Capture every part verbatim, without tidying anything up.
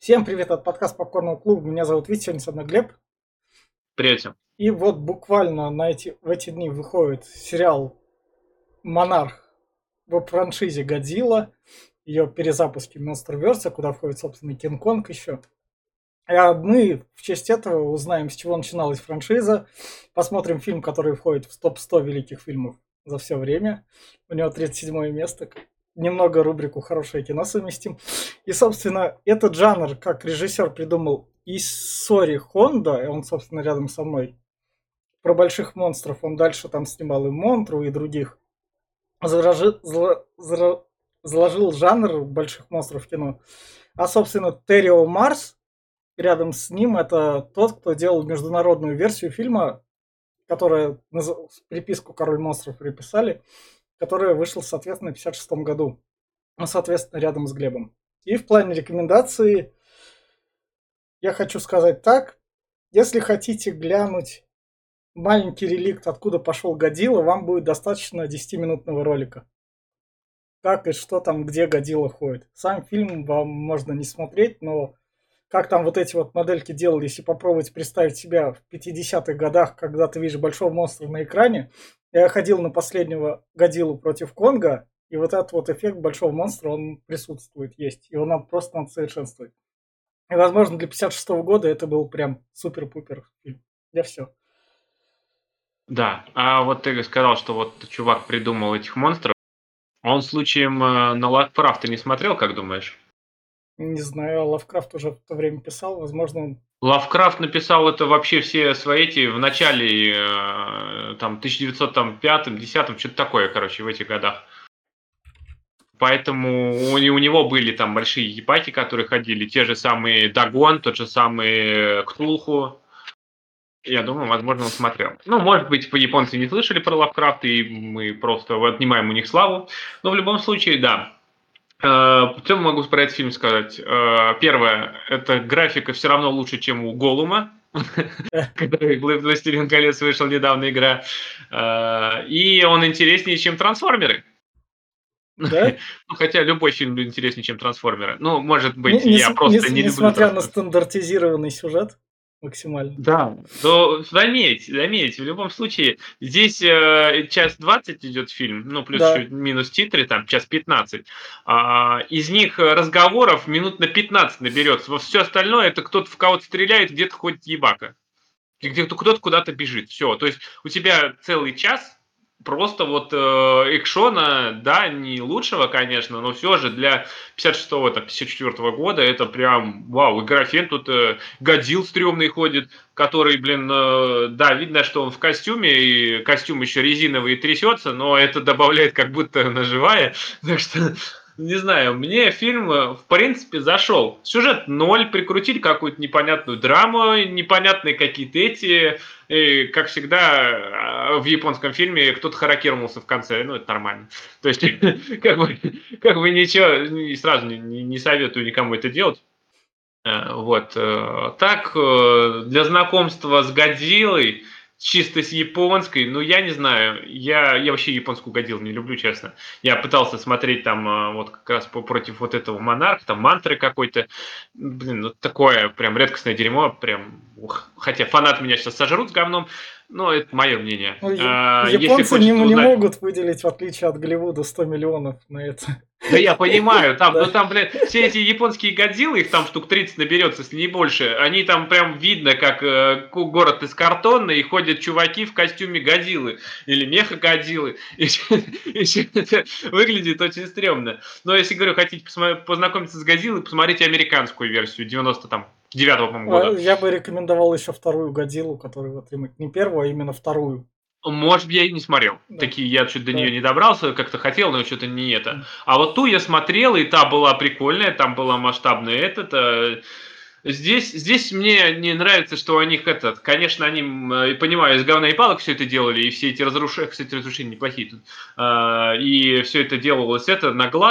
Всем привет от подкаста Попкорного клуба. Меня зовут Витя, сегодня со мной Глеб. Привет всем. И вот буквально на эти, в эти дни выходит сериал «Монарх» в франшизе «Годзилла». Ее перезапуске Monsterverse, куда входит, собственно, Кинг-Конг еще. А мы в честь этого узнаем, с чего начиналась франшиза. Посмотрим фильм, который входит в топ сто великих фильмов за все время. У него тридцать седьмое место. Немного рубрику «Хорошее кино» совместим. И, собственно, этот жанр, как режиссер придумал Исори Хондо, и он, собственно, рядом со мной, про больших монстров, он дальше там снимал и Монтру, и других, заложил, заложил жанр больших монстров в кино. А, собственно, Террио Марс, рядом с ним, это тот, кто делал международную версию фильма, которая приписку «Король монстров» приписали, которая вышла, соответственно, в пятьдесят шестом году. Ну, соответственно, рядом с Глебом. И в плане рекомендаций я хочу сказать так. Если хотите глянуть маленький реликт, откуда пошел Годзилла, вам будет достаточно десятиминутного ролика. Как и что там, где Годзилла ходит. Сам фильм вам можно не смотреть, но как там вот эти вот модельки делались, и попробовать представить себя в пятидесятых годах, когда ты видишь большого монстра на экране. Я ходил на последнего Годзиллу против Конга, и вот этот вот эффект большого монстра, он присутствует, есть. Его нам просто надо совершенствовать. И, возможно, для пятьдесят шестого года это был прям супер-пупер фильм. Я все. Да, а вот ты сказал, что вот чувак придумал этих монстров. Он случаем э, на Лавкрафта не смотрел, как думаешь? Не знаю, а Лавкрафт уже в то время писал, возможно, он... Лавкрафт написал это вообще все свои эти в начале э, там тысяча девятьсот пятом-десятом, что-то такое, короче, в этих годах. Поэтому у, у него были там большие епаки, которые ходили, те же самые Дагон, тот же самый Ктулху. Я думаю, возможно, он смотрел. Ну, может быть, японцы не слышали про Лавкрафта, и мы просто отнимаем у них славу. Но в любом случае, да. Что могу про этот фильм сказать? Первое, это графика все равно лучше, чем у Голума, который «Властелин колец» вышел недавно игра. И он интереснее, чем «Трансформеры». Да? Ну, хотя любой фильм интереснее, чем «Трансформеры». Ну, может быть, Не, не, я просто не, не люблю несмотря на «Трансформеры». стандартизированный сюжет максимально. Да, но заметь, заметь, в любом случае, здесь э, час двадцать идет фильм, ну, плюс Да. еще минус титры, там, час пятнадцать. А, из них разговоров минут на пятнадцать наберется. Во все остальное, это кто-то в кого-то стреляет, где-то ходит ебака. Где-то кто-то куда-то бежит. Все, то есть у тебя целый час просто вот э, экшона, да, не лучшего, конечно, но все же для пятьдесят шестого, там, пятьдесят четвёртого года это прям, вау, и графен тут э, Годзилл стрёмный ходит, который, блин, э, да, видно, что он в костюме, и костюм еще резиновый и трясется, но это добавляет как будто наживая, так что... Не знаю, мне фильм, в принципе, зашел. Сюжет ноль, прикрутили какую-то непонятную драму, непонятные какие-то эти... И, как всегда, в японском фильме кто-то характернулся в конце, ну, это нормально. То есть, как бы, как бы ничего, сразу не, не советую никому это делать. Вот. Так, для знакомства с Годзиллой, чисто с японской, ну, я не знаю, я, я вообще японскую Годзиллу не люблю, честно. Я пытался смотреть там вот как раз против вот этого Монарха, там Мантры какой-то, блин, ну, такое прям редкостное дерьмо, прям, ух, хотя фанаты меня сейчас сожрут с говном, но это мое мнение. Ну, А, если японцы не, хочется не узнать... могут выделить, в отличие от Голливуда, сто миллионов на это. Да я понимаю, там, Да. ну там, блин, все эти японские Годзиллы, их там штук тридцать наберется, если не больше, они там прям видно, как э, город из картона, и ходят чуваки в костюме Годзиллы, или меха Годзиллы, и все это выглядит очень стрёмно. Но если, говорю, хотите познакомиться с Годзиллой, посмотрите американскую версию девяносто девятого, по-моему, года. Я бы рекомендовал еще вторую Годзиллу, которую вот ремейк. Не первую, а именно вторую. Может, я и не смотрел. Да. Такие, я что-то до Да. нее не добрался, как-то хотел, но что-то не это. А вот ту я смотрел, и та была прикольная, там была масштабная этот. А... Здесь, здесь мне не нравится, что у них этот, конечно, они, понимаю, из говна и палок все это делали, и все эти разрушения, кстати, разрушения неплохие тут, а, и все это делалось это на глаз.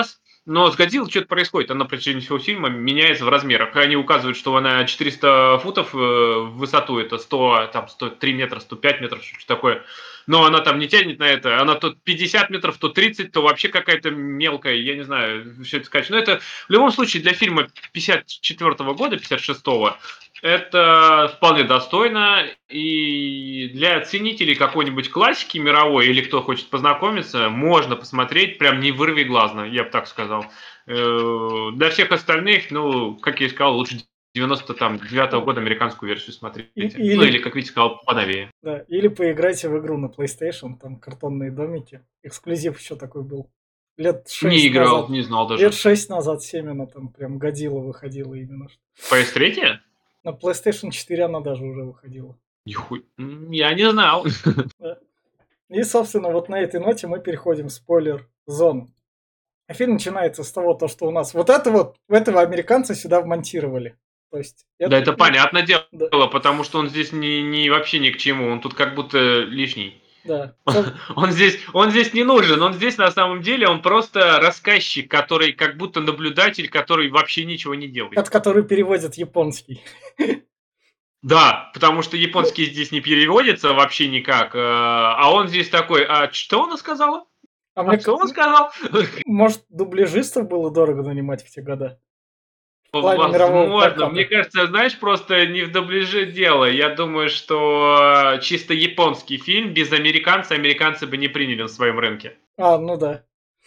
Но с Годзиллой что-то происходит. Она на протяжении всего фильма меняется в размерах. Они указывают, что она четыреста футов э, в высоту, это сто, там, сто три метра, сто пять метров, что-то такое. Но она там не тянет на это. Она то пятьдесят метров, то тридцать, то вообще какая-то мелкая, я не знаю, все это сказать. Но это в любом случае для фильма пятьдесят четвёртого года, пятьдесят шестого, это вполне достойно. И для ценителей какой-нибудь классики мировой, или кто хочет познакомиться, можно посмотреть, прям не вырви глазно, я бы так сказал. Э, Для всех остальных, ну, как я и сказал, лучше девяносто девятого года американскую версию И- смотрите. или, Ну, или, как Витя сказал, поновее. да, или поиграйте в игру на PlayStation, там картонные домики. Эксклюзив еще такой был. Лет Не шесть играл, назад. не знал Лет даже. шесть назад, семь она там прям Годзилла выходила именно. пи эс три? На PlayStation четыре она даже уже выходила. Нихуй. М, Я не знал. Да. И, собственно, вот на этой ноте мы переходим в спойлер-зону. А фильм начинается с того, то, что у нас вот это вот, этого американца сюда вмонтировали. То есть Да, это ну, понятное дело, да, потому что он здесь не, не вообще ни к чему. Он тут как будто лишний. да. Соб- Он здесь, он здесь не нужен, он здесь на самом деле, он просто рассказчик, который как будто наблюдатель, который вообще ничего не делает. От который переводит японский. Да, потому что японский здесь не переводится вообще никак, э, а он здесь такой, а что она сказала? А А мне, что к- он сказал? может, дубляжистов было дорого нанимать в те года? В плане мирового Возможно. Мне проката. кажется, знаешь, просто не в дубляже дело. Я думаю, что чисто японский фильм без американца американцы бы не приняли на своем рынке. А, ну да.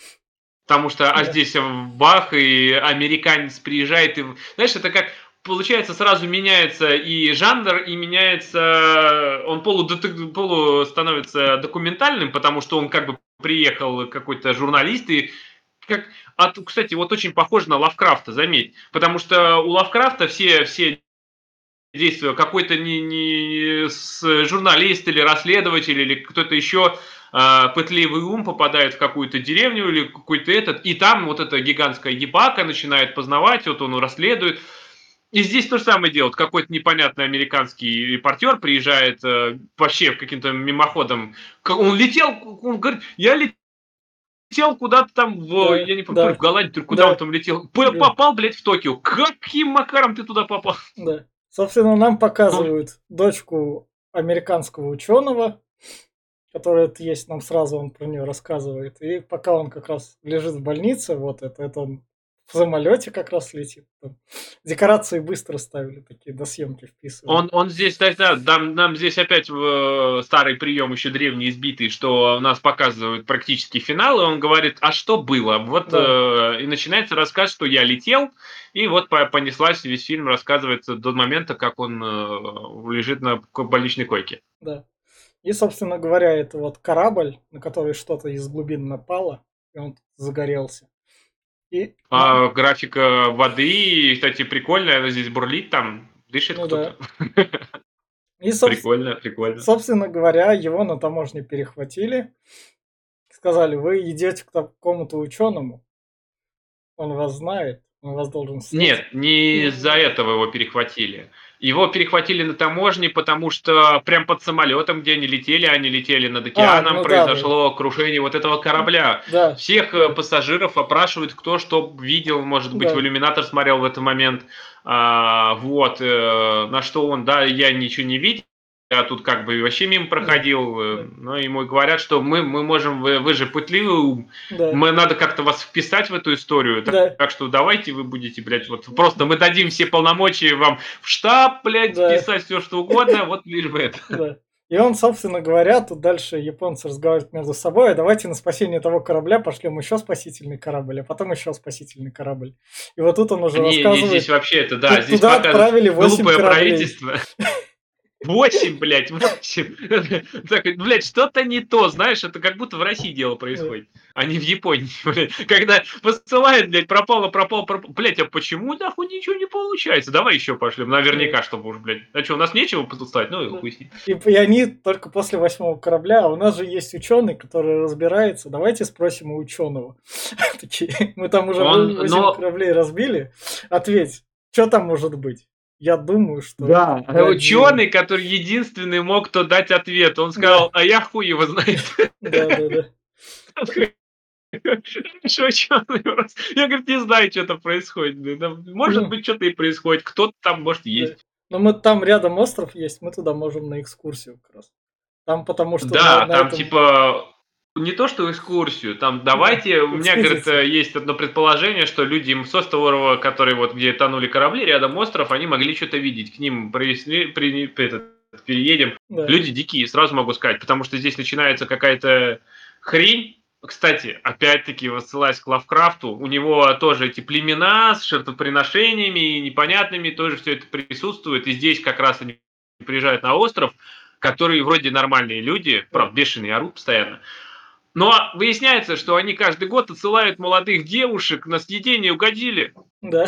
Потому что, а Да. здесь э, бах, и американец приезжает, и, знаешь, это как, получается, сразу меняется и жанр, и меняется, он полу, полу становится документальным, потому что он как бы приехал какой-то журналист, и как, от, кстати, вот очень похоже на Лавкрафта, заметь, потому что у Лавкрафта все, все действия, какой-то не, не с- журналист или расследователь или кто-то еще э, пытливый ум попадает в какую-то деревню или какой-то этот, и там вот эта гигантская ебака начинает познавать, вот он расследует. И здесь то же самое делает. Какой-то непонятный американский репортер приезжает э, вообще каким-то мимоходом. Как- Он летел, он говорит, я летел куда-то там, в, Да, я не помню, то ли в да, Голландию, то ли куда он да, там летел. П- да, Попал, блядь, в Токио. Каким макаром ты туда попал? да. Собственно, нам Он показывают дочку американского ученого, которая это есть, нам сразу он про нее рассказывает. И пока он как раз лежит в больнице, вот это, это он в самолете как раз летит. Там декорации быстро ставили, такие до съемки вписывали. Он, он здесь, да, да, нам, нам здесь опять э, старый прием еще древний избитый, что нас показывают практически финал, и он говорит, а что было? Вот Да, э, и начинается рассказ, что я летел, и вот по- понеслась, весь фильм рассказывается до момента, как он э, лежит на ко- больничной койке. да. И, собственно говоря, это вот корабль, на который что-то из глубин напало, и он загорелся. И, на- А графика воды, кстати, прикольная, она здесь бурлит там, дышит ну кто-то. да. И, собс- Прикольно, прикольно. собственно говоря, его на таможне перехватили. Сказали, вы идете к такому-то ученому, он вас знает, он вас должен снять. Нет, не из-за этого его перехватили. Его перехватили на таможне, потому что прям под самолетом, где они летели, они летели над А, океаном, ну да, да. произошло крушение вот этого корабля. Да, Всех э, пассажиров опрашивают, кто что видел, может быть, в да, иллюминатор смотрел в этот момент. А, вот, э, на что он, да, я ничего не видел. Я тут как бы вообще мимо проходил, э, да, но ему говорят, что мы, мы можем, вы, вы же пытливый ум, да, мы надо как-то вас вписать в эту историю, так, да, так что давайте вы будете, блядь, вот просто мы дадим все полномочия вам в штаб, блядь, да, писать все что угодно, вот лишь бы это. да. И он, собственно говоря, тут дальше японцы разговаривают между собой, а давайте на спасение того корабля пошлем еще спасительный корабль, а потом еще спасительный корабль. И вот тут он уже Они, они здесь рассказывает, вообще это, да, тут здесь туда показывают отправили восемь глупое кораблей. правительство. Восемь, блядь, восемь. Так, блядь, что-то не то, знаешь, это как будто в России дело происходит, а не в Японии, блядь. Когда посылают, блядь, пропало, пропало, пропало. Блядь, а почему нахуй ничего не получается? Давай еще пошлем, наверняка, чтобы уж, блядь. А что, у нас нечего послать? Ну, хуй с ним. И, и они только после восьмого корабля, а у нас же есть ученый, который разбирается, давайте спросим у ученого. Такие, мы там уже Он, восемь но... кораблей разбили, ответь, что там может быть? Я думаю, что... Да, Годзилла. ученый, который единственный мог то дать ответ, он сказал, а я хуй его знает. Да, да, да. Шучу, я, говорит, не знаю, чё там происходит. Да, может Ну, быть, что-то и происходит. Кто-то там, может, да. есть. Но мы там рядом остров есть, мы туда можем на экскурсию как раз. Там потому что на Да, на там этом, типа не то что экскурсию, там да, давайте, у меня, говорит, экспедицию. э, есть одно предположение, что люди им с острова, которые вот где тонули корабли, рядом остров, они могли что-то видеть. К ним привезли, при, этот, переедем. Да, Люди дикие, сразу могу сказать, потому что здесь начинается какая-то хрень. Кстати, опять-таки, ссылаясь к Лавкрафту, у него тоже эти племена с жертвоприношениями непонятными, тоже все это присутствует. И здесь как раз они приезжают на остров, которые вроде нормальные люди, да, правда, бешеные, орут постоянно. Но выясняется, что они каждый год отсылают молодых девушек на съедение угодили. да.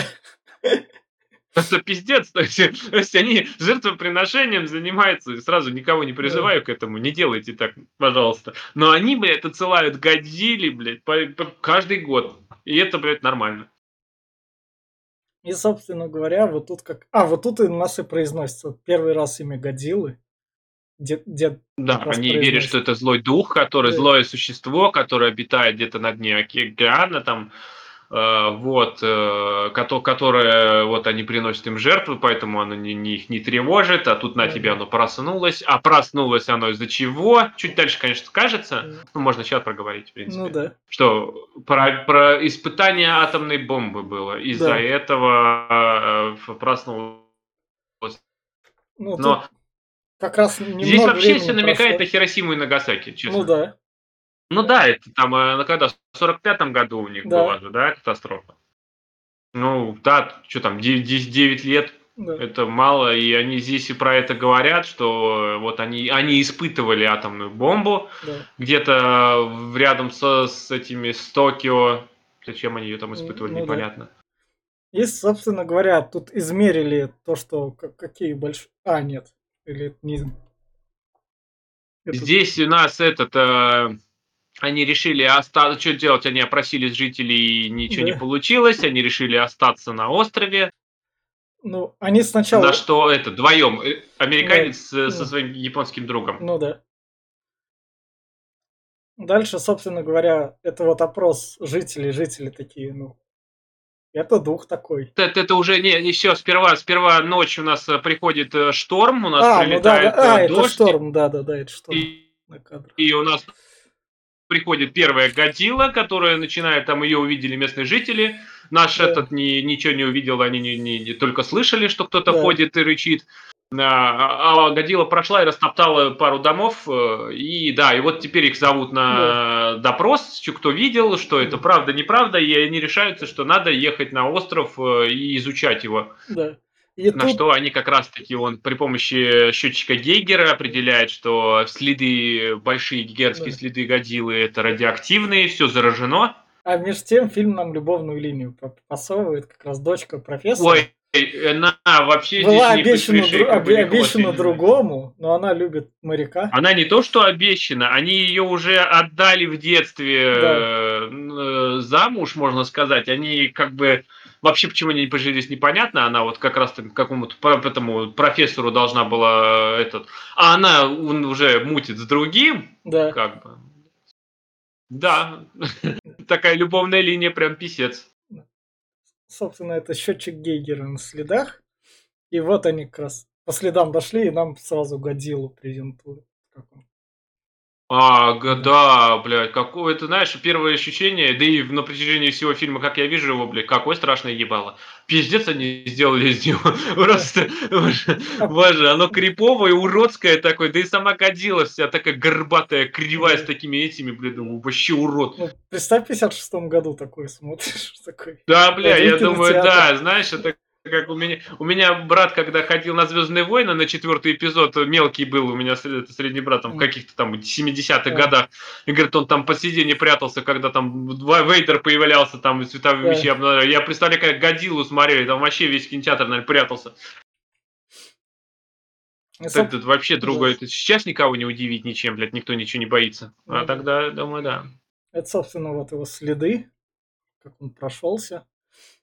Это пиздец. То есть, то есть они жертвоприношением занимаются. И сразу никого не Да. призываю к этому. Не делайте так, пожалуйста. Но они, блядь, отсылают годзилли, блядь, по, по, каждый год. И это, блядь, нормально. И, собственно говоря, вот тут как... А, вот тут и у нас и произносится первый раз имя Годзиллы. Дед, дед Да, как раз они верят, что произносит. это злой дух, который Да, злое существо, которое обитает где-то на дне океана, там, э, вот, э, кото- которое, вот, они приносят им жертвы, поэтому оно не, не- их не тревожит, а тут на да, тебе да. оно проснулось. А проснулось оно из-за чего? Чуть дальше, конечно, скажется, Да. ну, можно сейчас проговорить, в Ну принципе, да, что про, про испытание атомной бомбы было. Из-за да. этого э, проснулось. Ну тут Но как раз здесь немного вообще времени все намекает прошло. на Хиросиму и Нагасаки, Ну честно. да, Ну да, это там, э, ну когда, в сорок пятом году у них была да, же, да, катастрофа. Ну да, что там, девять лет, да, это мало, и они здесь и про это говорят, что вот они, они испытывали атомную бомбу да. где-то в- рядом со, с этими, с Токио. Зачем они ее там М, испытывали, Ну да. непонятно. И, собственно говоря, тут измерили то, что как- какие большие... А, нет. Или это не... Это... Здесь у нас этот, э, они решили остаться, что делать, они опросили жителей, ничего не Да. получилось, они решили остаться на острове. Ну, они На сначала... что это вдвоем э, Да, американец э, со ну, своим японским другом. ну да. Дальше, собственно говоря, это вот опрос жителей. Жители такие, ну, это дух такой. Это, это уже не еще сперва, сперва ночь у нас э, приходит э, шторм, у нас А, ну да, да. прилетает э, А, это дождь, шторм. Да, да, да, это шторм и, на кадр. и у нас приходит первая Годзилла, которая начинает, там ее увидели местные жители. Наш Да, этот ни, ничего не увидел, они не, не- не только слышали, что кто-то да, ходит и рычит. А, а Годзилла прошла и растоптала пару домов. э, И да, и вот теперь их зовут да, на допрос, чё кто видел, что это да, правда, неправда, и они решаются, что надо ехать на остров э, и изучать его. да. И На тут, что они как раз-таки, он при помощи счетчика Гейгера определяет, что следы, большие гигантские да, следы Годзиллы это да. радиоактивные, все заражено. А между тем фильм нам любовную линию по- посовывает, как раз дочка профессора. Ой, она вообще здесь Была не обещана, выше дру- капли обе- не обещана хватит. другому, но она любит моряка. Она не то что обещана, они ее уже отдали в детстве Да, э, замуж, можно сказать. Они как бы вообще почему они не пожились, непонятно. Она вот как раз какому-то этому профессору должна была этот, а она он уже мутит с другим, да. как бы. Да, такая любовная линия прям писец. Собственно, это счетчик Гейгера на следах. И вот они как раз по следам дошли, и нам сразу Годзиллу презентуют. Как он. А, га- Да. да, блядь, какое, ты знаешь, первое ощущение, да и на протяжении всего фильма, как я вижу его, блядь, какое страшное ебало. Пиздец они сделали из него. Да. Просто, боже, А, боже, оно криповое, уродское такое, да и сама Годзилла вся такая горбатая, кривая, с да. такими этими, блядь, думаю, вообще урод. Ну, представь, в пятьдесят шестом году такое смотришь, такой. Да, бля, Один я думаю, кинотеатр. да, знаешь, это как у меня, у меня брат, когда ходил на Звездные войны, на четвертый эпизод, мелкий был у меня сред- это средний брат, там, в М, каких-то там семидесятых а, годах, и говорит, он там под сиденье прятался, когда там Ва- Вейдер появлялся, там, и цветовые да. мечи обнаружили. Я представляю, как Годзиллу смотрели, там вообще весь кинотеатр, наверное, прятался. И, Это соб- вообще да. другое, это сейчас никого не удивить ничем, блядь, никто ничего не боится. А Ну да. тогда, думаю, да. Это, собственно, вот его следы, как он прошелся.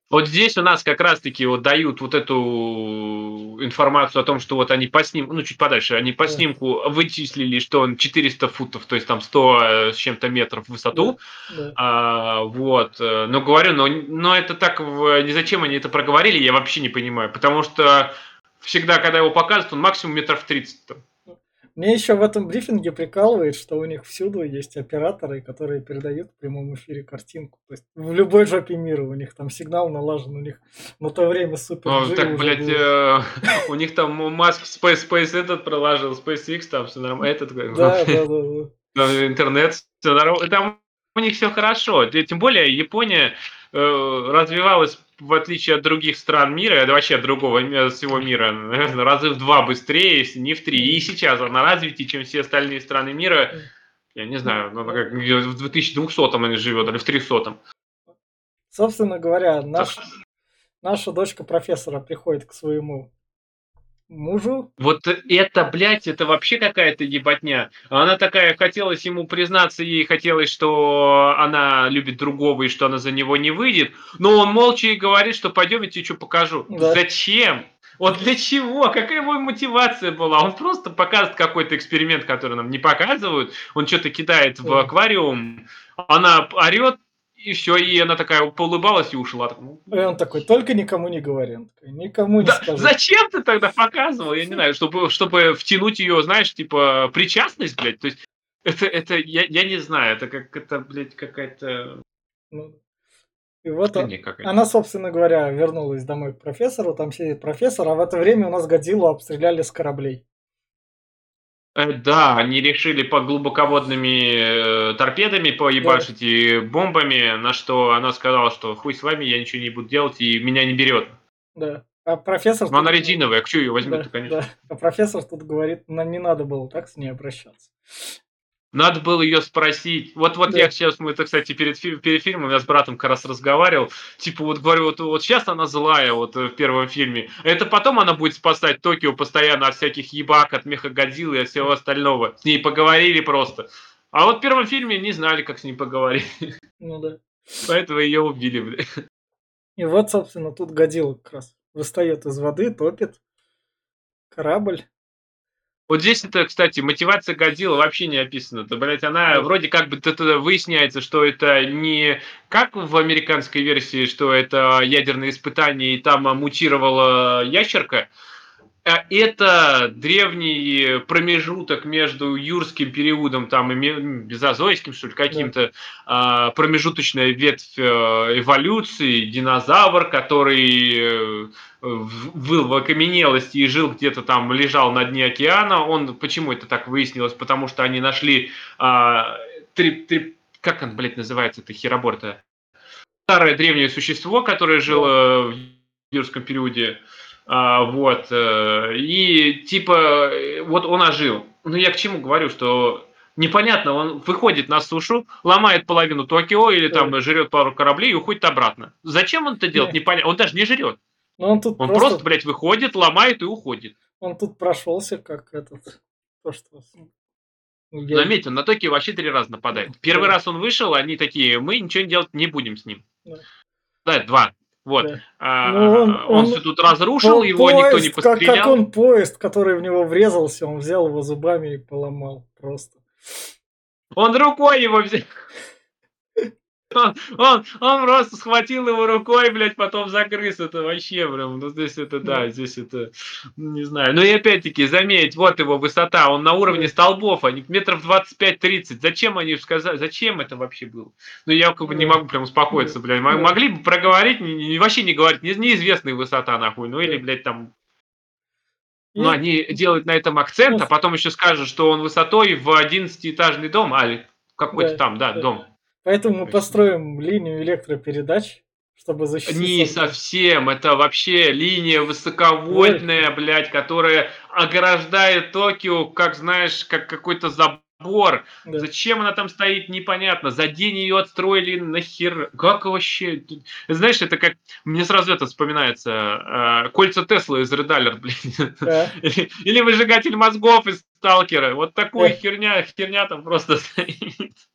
Вот здесь у нас как раз-таки вот дают вот эту информацию о том, что вот они по снимку, ну чуть подальше, они по Да, снимку вычислили, что он четыреста футов, то есть там сто э, с чем-то метров в да, высоту. да. А, вот. э, Но говорю, но, но это так, в- ни зачем они это проговорили, я вообще не понимаю. Потому что всегда, когда его показывают, он максимум метров тридцать. Там. Мне еще в этом брифинге прикалывает, что у них всюду есть операторы, которые передают в прямом эфире картинку. То есть в любой жопе мира у них там сигнал налажен, у них на то время Супер О, G так, уже блядь, был. э, у них там Маск Space, Space этот проложил, SpaceX, там все нормально, этот, Да, да, да, да. там интернет, все нормально. Там у них все хорошо. Тем более Япония э, развивалась, в отличие от других стран мира, да вообще от другого ми- всего мира, наверное, раза в два быстрее, если не в три. И М, сейчас она развитее, чем все остальные страны мира. м. Я не Ну, знаю, ну, да. как, в две тысячи двухсотом они живет, или в трехсотом. Собственно говоря, наш, наша дочка профессора приходит к своему мужу. Вот это, блядь, это вообще какая-то ебатня. Она такая, хотелось ему признаться, ей хотелось, что она любит другого и что она за него не выйдет, но он молча и говорит, что пойдем, я тебе что покажу. Да, Зачем? Вот для чего? Какая его мотивация была? Он просто показывает какой-то эксперимент, который нам не показывают. Он что-то кидает в да. аквариум, она орет, и все, и она такая поулыбалась и ушла. Ну, И он такой, только никому не говори. Он такой, никому не да, скажу. зачем ты тогда показывал? Я не знаю, чтобы, чтобы втянуть ее, знаешь, типа, причастность, блядь. То есть, это, это я, я не знаю, это как, это, блядь, какая-то Ну, и вот о- хрень какая-то. она, собственно говоря, вернулась домой к профессору, там сидит профессор, а в это время у нас Годзиллу обстреляли с кораблей. Э, Да, они решили по глубоководными э, торпедами Да, поебашить и бомбами, на что она сказала, что хуй с вами, я ничего не буду делать, и меня не берет. да. А профессор Но она тут, резиновая, а что ее возьмут-то, да, конечно. да. А профессор тут говорит, нам не надо было так с ней обращаться. Надо было ее спросить. Вот, вот Да, я сейчас, мы это, кстати, перед, фи- перед фильмом, я с братом как раз разговаривал. Типа, вот говорю, вот, вот сейчас она злая, вот э, в первом фильме. А это потом она будет спасать Токио постоянно от всяких ебак, от Мехагодзиллы и от всего остального. С ней поговорили просто. А вот в первом фильме не знали, как с ней поговорить. ну да. Поэтому ее убили, бля. И вот, собственно, тут Годзилла как раз выстает из воды, топит корабль. Вот здесь это, кстати, мотивация Годзиллы вообще не описана. То, блядь, она Да, вроде как бы это выясняется, что это не как в американской версии, что это ядерное испытание и там а, мутировала ящерка, а это древний промежуток между юрским периодом там, и мезозойским, что ли, да, каким-то а, промежуточная ветвь э, эволюции, динозавр, который э, был в окаменелости и жил где-то там, лежал на дне океана. Он, почему это так выяснилось? Потому что они нашли а, три, три, как он, блядь, называется, это херобор-то? Старое древнее существо, которое да. жило в юрском периоде. А, вот. э, И типа, э, вот он ожил. Ну, я к чему говорю, что непонятно, он выходит на сушу, ломает половину Токио или Да. там жрет пару кораблей и уходит обратно. Зачем он это делает? Не, Непонятно. Он даже не жрет. ну он тут Он просто, просто, блядь, выходит, ломает и уходит. он тут прошелся, как этот, то, что ну, я, Заметь, он на Токио вообще три раза ну, нападает. Первый да, раз он вышел, они такие, мы ничего делать не будем с ним. да, Да, два. Вот. да. Ну он, А, Он все он тут разрушил, по- его никто не поезд, как, как пострелял. он поезд, который в него врезался, он взял его зубами и поломал просто. Он рукой его взял. Он, он, он просто схватил его рукой, блядь, потом загрыз. Это вообще прям, ну здесь это, Да, да, здесь это, ну, не знаю. Ну и опять-таки, заметь, вот его высота, он на уровне да, столбов, они метров двадцать пять тридцать. Зачем они сказали, зачем это вообще было? Ну я как бы не да, могу прям да, успокоиться, блядь. М- да, Могли бы проговорить, не- не- вообще не говорить, не- неизвестная высота, нахуй, ну или, да. блядь, там, ну И они делают на этом ну, акцент, а потом еще скажут, что он высотой в одиннадцатиэтажный дом, а, или какой-то да, там, да, да. дом. Поэтому мы То есть, построим линию электропередач, чтобы защититься не от... га- совсем. Это вообще линия Ой, высоковольтная, блядь, которая ограждает Токио, как знаешь, как какой-то забор. да, Зачем она там стоит, непонятно. За день ее отстроили нахер. Как вообще? Знаешь, это как... Мне сразу это вспоминается. э, Кольца Теслы из Red Alert, блядь. да, Или, или выжигатель мозгов из Сталкера. Вот такую э, херня, херня там просто стоит.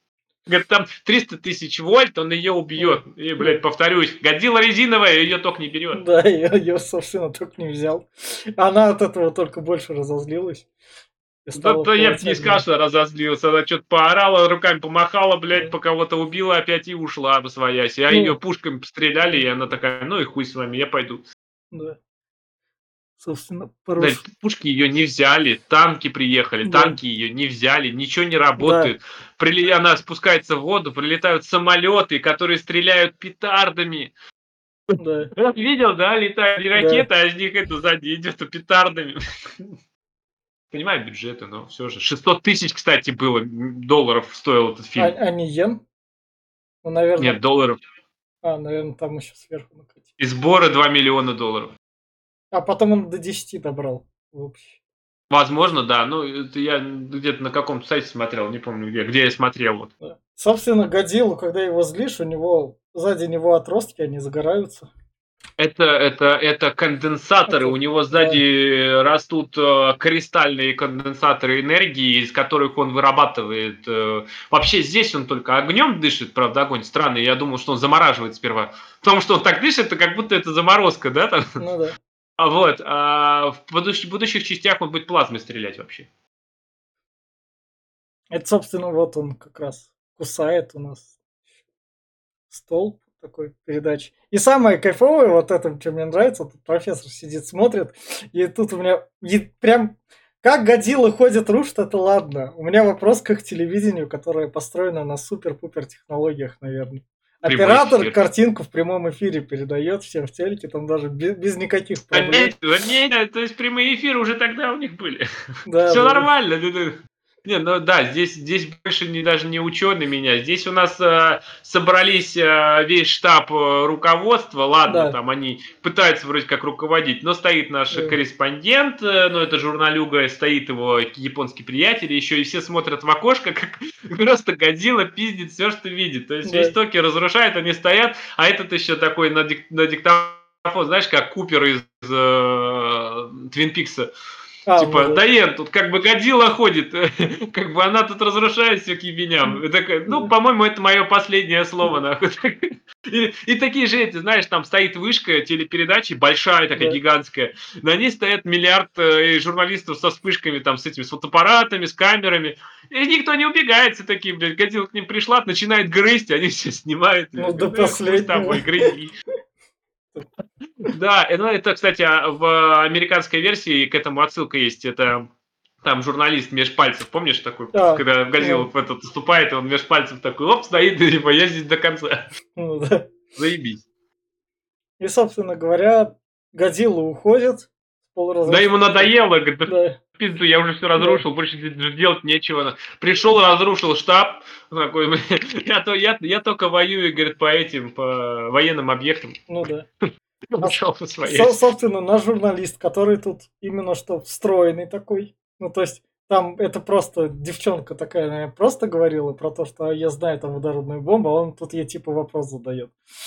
Говорит, там триста тысяч вольт, он ее убьет. И, блядь, повторюсь, Годзилла резиновая, ее ток не берет. Да, я ее, собственно, ток не взял. Она от этого только больше разозлилась. И Да, стала да я бы пылать не огнем. сказал, что разозлился. Она что-то поорала, руками помахала, блядь, Да. по кого-то убила, опять и ушла бы своясь. А Ну, ее пушками постреляли, да. и она такая, ну и хуй с вами, я пойду. Да. Собственно, Да, поруш... пушки ее не взяли, танки приехали, Да. танки ее не взяли, ничего не Да. работает. Прили... Она спускается в воду, прилетают самолеты, которые стреляют петардами. Да. Видел, да, летают не Да. ракеты, а из них это сзади идет петардами. Понимаю бюджеты, но все же. шестьсот тысяч, кстати, было м, долларов стоил этот А, фильм. а не йен? Ну, наверное... Нет, долларов. А, наверное, там еще сверху накатить. И сборы два миллиона долларов. А потом он до десяти добрал. В общем. Возможно, да. Ну, это я где-то на каком-то сайте смотрел, не помню где, где я смотрел. Вот. Да. Собственно, Годзиллу, когда его злишь, у него сзади него отростки, они загораются. Это, это, это конденсаторы, Это, у него да, сзади растут э, кристальные конденсаторы энергии, из которых он вырабатывает. э, Вообще здесь он только огнем дышит, правда, огонь странный. Я думал, что он замораживает сперва. Потому что он так дышит, это как будто это заморозка, да? Там? ну да. А вот, а в будущих, будущих частях он будет плазмой стрелять вообще. Это, собственно, вот он как раз кусает у нас столб такой передач. И самое кайфовое вот это, что мне нравится, тут профессор сидит, смотрит, и тут у меня и прям как Годзилла ходит, рушит, это ладно. У меня вопрос к их телевидению, которое построено на супер-пупер технологиях, наверное. Прямой Оператор эфир. картинку в прямом эфире передает всем в телеке, там даже без, без никаких проблем. Заметь, заметь, то есть прямые эфиры уже тогда у них были. Да, Все да, да. нормально. да, да. Не, ну да, здесь, здесь больше не, даже не ученые меня. Здесь у нас э, собрались э, весь штаб э, руководства. Ладно, Да. там они пытаются вроде как руководить, но стоит наш Да. корреспондент, э, ну это журналюга, стоит его японский приятель, еще и все смотрят в окошко, как просто Годзилла пиздит все, что видит. То есть Да. весь Токио разрушает, они стоят, а этот еще такой на, дик, на диктофон, знаешь, как Купер из э, Твин Пикса. А, Типа, ну да. Дайен, тут как бы Годзилла ходит, как бы она тут разрушает все к ебеням. И такая, ну, Да. по-моему, это мое последнее слово, нахуй. И, и такие же эти, знаешь, там стоит вышка телепередачи, большая такая, Да. гигантская. На ней стоят миллиард э, журналистов со вспышками, там, с этими, с фотоаппаратами, с камерами. И никто не убегает, все такие, блядь, Годзилла к ним пришла, начинает грызть, они все снимают. Ну, блядь, до ну, хуй с последнего. тобой, грызи. Да, ну это, кстати, а, в американской версии к этому отсылка есть. Это там журналист меж пальцев, помнишь такой, А, когда Годзилла ну, в этот вступает, и он меж пальцев такой, оп, стоит, и типа, я здесь до конца. ну да. Заебись. И, собственно говоря, Годзилла уходит с Да полуразрушенным. ему надоело, говорит, да Да. пизду, я уже все Да. разрушил, больше здесь делать нечего. Пришел, разрушил штаб, такой, я, то, я, я только воюю, говорит, по этим, по военным объектам. Ну да. Ушел по А, своей. со- собственно, наш журналист, который тут именно что встроенный такой. Ну, то есть, там это просто девчонка такая, наверное, просто говорила про то, что «А, я знаю там водородную бомбу, а он тут ей типа вопрос задает.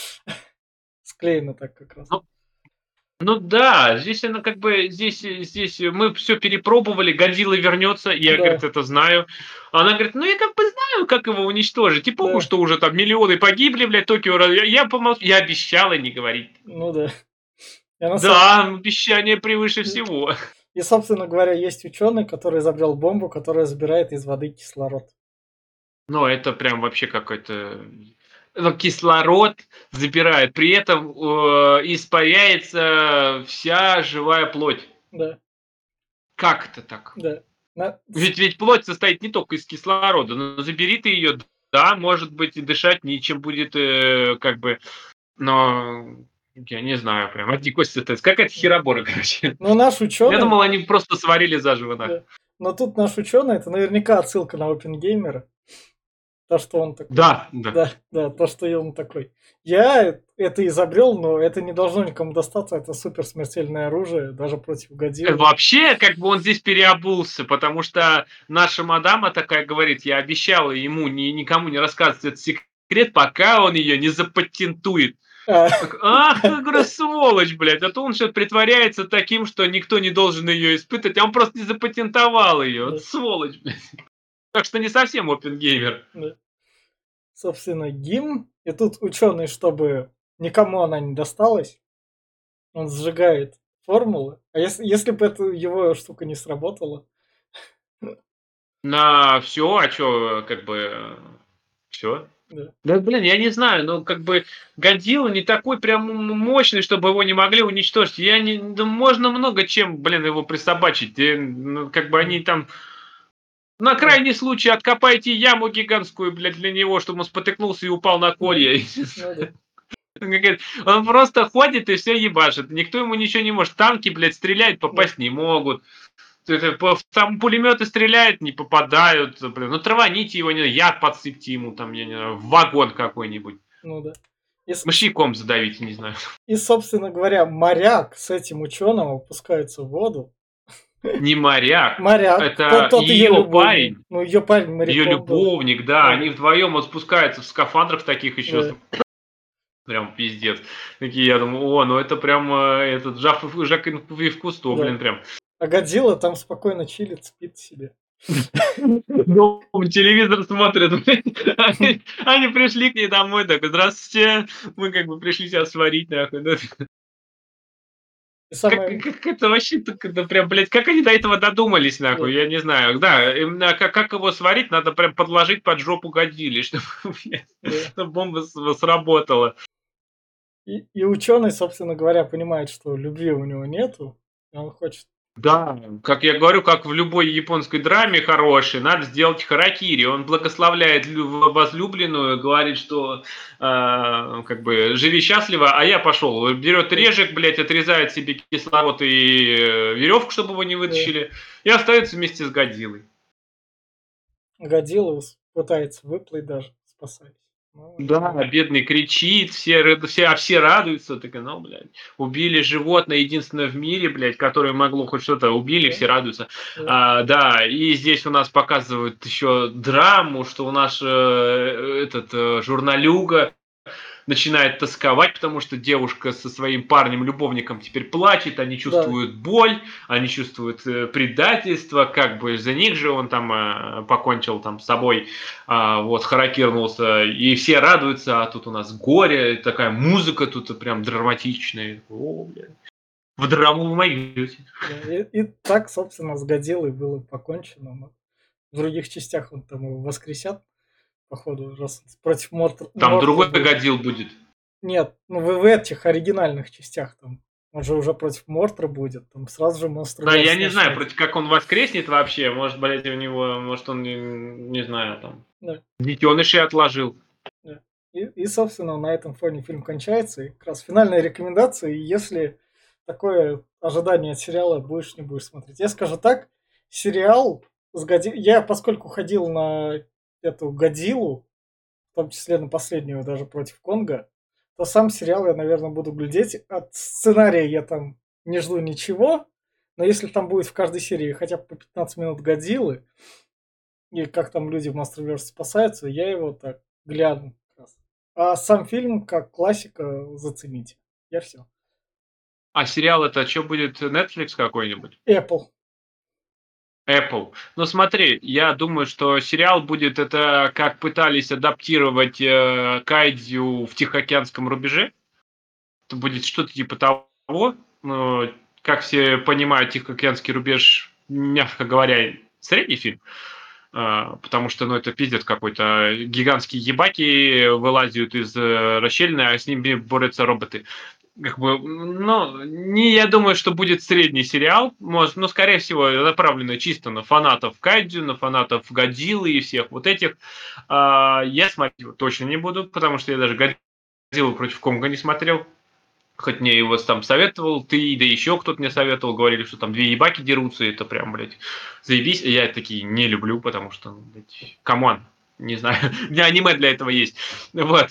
Склеено так как раз. Ну, Ну да, здесь она как бы, здесь, здесь мы все перепробовали, Годзилла вернется, я, Да. говорит, это знаю. Она говорит, ну я как бы знаю, как его уничтожить. И похуй, Да. что уже там миллионы погибли, блядь, Токио. раз- Я, я помолчу, я обещала не говорить. Ну да. И, она, соб- Да, обещание превыше всего. и, собственно говоря, есть ученый, который изобрел бомбу, которая забирает из воды кислород. Ну, это прям вообще какой-то... Ну, кислород забирает, при этом э, испаряется вся живая плоть. Да. Как это так? Да. На- Ведь, ведь плоть состоит не только из кислорода, но забери ты ее, да, может быть, и дышать нечем будет, э, как бы, но я не знаю, прям одни кости, это какая-то херобора, короче. Но наш ученый... Я думал, они просто сварили заживо, Да. нахуй. Но тут наш ученый, это наверняка отсылка на OpenGamer. То, что он такой. Да, да. Да, да, то, что он такой. Я это изобрел, но это не должно никому достаться. Это супер смертельное оружие, даже против Годзиллы. Вообще, как бы он здесь переобулся, потому что наша мадама такая говорит, я обещала ему ни, никому не рассказывать этот секрет, пока он ее не запатентует. А, Так, ах, ты, говорю, сволочь, блядь, а то он сейчас притворяется таким, что никто не должен ее испытывать, а он просто не запатентовал ее. Да. Вот сволочь, блядь. Так что не совсем опенгеймер. да. собственно, гимн. И тут ученый, чтобы никому она не досталась, он сжигает формулы. А если, если бы эта его штука не сработала? На все, а чё, как бы, все. Да. Да, блин, я не знаю, ну, как бы, Годзилла не такой прям мощный, чтобы его не могли уничтожить. Я не... Да можно много чем, блин, его присобачить. И, ну, как бы они там... На крайний случай откопайте яму гигантскую, блядь, для него, чтобы он спотыкнулся и упал на колья. Ну да. Он просто ходит и все ебашит. Никто ему ничего не может. Танки, блядь, стреляют, попасть не могут. Там пулеметы стреляют, не попадают. Блин. Ну траваните его, не знаю, яд подсыпьте ему, там, я не знаю, в вагон какой-нибудь. Ну да. И, с- Мышьяком задавите, не знаю. и, собственно говоря, моряк с этим ученым опускается в воду. Не моряк. Моряк, Это тот, тот ее ее любовник. парень, Ну, ее парень моряком ее был. любовник, да. Да. Они вдвоем вот спускаются в скафандрах таких еще. Да. Прям пиздец. Такие, я думаю, о, ну это прям э, этот Жак, Жак и в Кусто, Да. блин, прям. А Годзилла там спокойно чилит, спит себе. Дома телевизор смотрят, блин. Они, они пришли к ней домой, так, здравствуйте, мы как бы пришли тебя сварить, нахуй. Да. И Как, самое... как это вообще, так, это прям, блядь, как они до этого додумались, нахуй, Да. я не знаю. Да, именно как, как его сварить, надо прям подложить под жопу Годзилле, чтобы, блядь, Да. чтобы бомба с- сработала. И, и ученый, собственно говоря, понимает, что любви у него нету, и он хочет. Да, как я говорю, как в любой японской драме хорошей, надо сделать харакири. Он благословляет лю- возлюбленную, говорит, что э, как бы живи счастливо, а я пошел. Берет режек, блядь, отрезает себе кислород и э, веревку, чтобы его не вытащили, и остается вместе с Годзиллой. Годзилла пытается выплыть даже, спасаясь. Ну, Да, бедный кричит, все, ры- все, а все радуются, так, ну, блядь, убили животное, единственное в мире, блядь, которое могло хоть что-то, убили, Да. все радуются. Да. А, да, и здесь у нас показывают еще драму, что у нас э, этот э, журналюга начинает тосковать, потому что девушка со своим парнем-любовником теперь плачет, они чувствуют боль, они чувствуют э, предательство, как бы за них же он там э, покончил там с собой, э, вот, характернулся, и все радуются, а тут у нас горе, такая музыка тут прям драматичная. О, блядь. В драму вы могете. Да, и, и так, собственно, с Годзиллой было покончено. Но в других частях он там его воскресят, походу, раз против Мортр... Там Мортра другой будет. Годзилл будет. Нет, ну в, в этих оригинальных частях там. Он же уже против Мортра будет, там сразу же монстр. Да, я не знаю, против как он воскреснет вообще. Может, блядь, у него, может, он, не, не знаю, там, Да. детенышей отложил. Да. И, и, собственно, на этом фоне фильм кончается. И как раз финальная рекомендация. И если такое ожидание от сериала будешь, не будешь смотреть. Я скажу так, сериал с Годзиллой... Я, поскольку ходил на эту Годзиллу, в том числе на последнюю даже против Конга, то сам сериал я, наверное, буду глядеть. От сценария я там не жду ничего. Но если там будет в каждой серии хотя бы по пятнадцать минут Годзиллы, и как там люди в Monsterverse спасаются, я его так гляну. А сам фильм, как классика, зацените. Я все. А сериал это что будет, Netflix какой-нибудь? Apple. Apple. Ну смотри, я думаю, что сериал будет это как пытались адаптировать э, Кайдзю в Тихоокеанском рубеже. Это будет что-то типа того. Ну, как все понимают, Тихоокеанский рубеж, мягко говоря, средний фильм. Uh, потому что, ну, это пиздец какой-то. Гигантские ебаки вылазят из uh, расщелины, а с ними борются роботы. Как бы, ну, не, я думаю, что будет средний сериал, может, но, скорее всего, направленный чисто на фанатов Кайдзю, на фанатов Годзиллы и всех вот этих. Uh, я смотреть его точно не буду, потому что я даже Годзиллу против Конга не смотрел. Хоть мне его там советовал, ты, да еще кто-то мне советовал, говорили, что там две ебаки дерутся, и это прям, блядь, заебись. Я такие не люблю, потому что, блядь, камон, не знаю, для аниме для этого есть. Вот.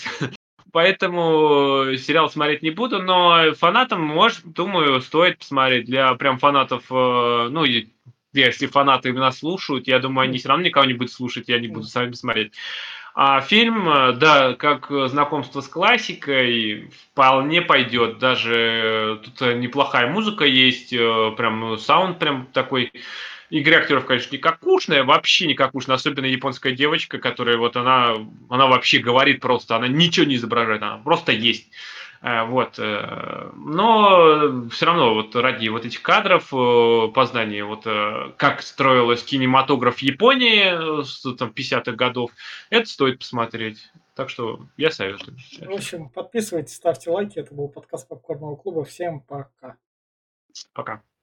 Поэтому сериал смотреть не буду, но фанатам, может, думаю, стоит посмотреть. Для прям фанатов, ну, если фанаты именно слушают, я думаю, они все равно никого не будут слушать, я не буду сами смотреть. А фильм, да, как знакомство с классикой, вполне пойдет. Даже тут неплохая музыка есть, прям саунд прям такой Игра актеров, конечно, никакушная, вообще никакушная, особенно японская девочка, которая вот она, она вообще говорит просто, она ничего не изображает, она просто есть. Э, Вот. э, Но все равно вот ради вот этих кадров э, познания, вот э, как строилась кинематограф Японии э, с там, пятидесятых годов, это стоит посмотреть. Так что я советую. В общем, подписывайтесь, ставьте лайки. Это был подкаст Попкорного клуба. Всем пока. Пока.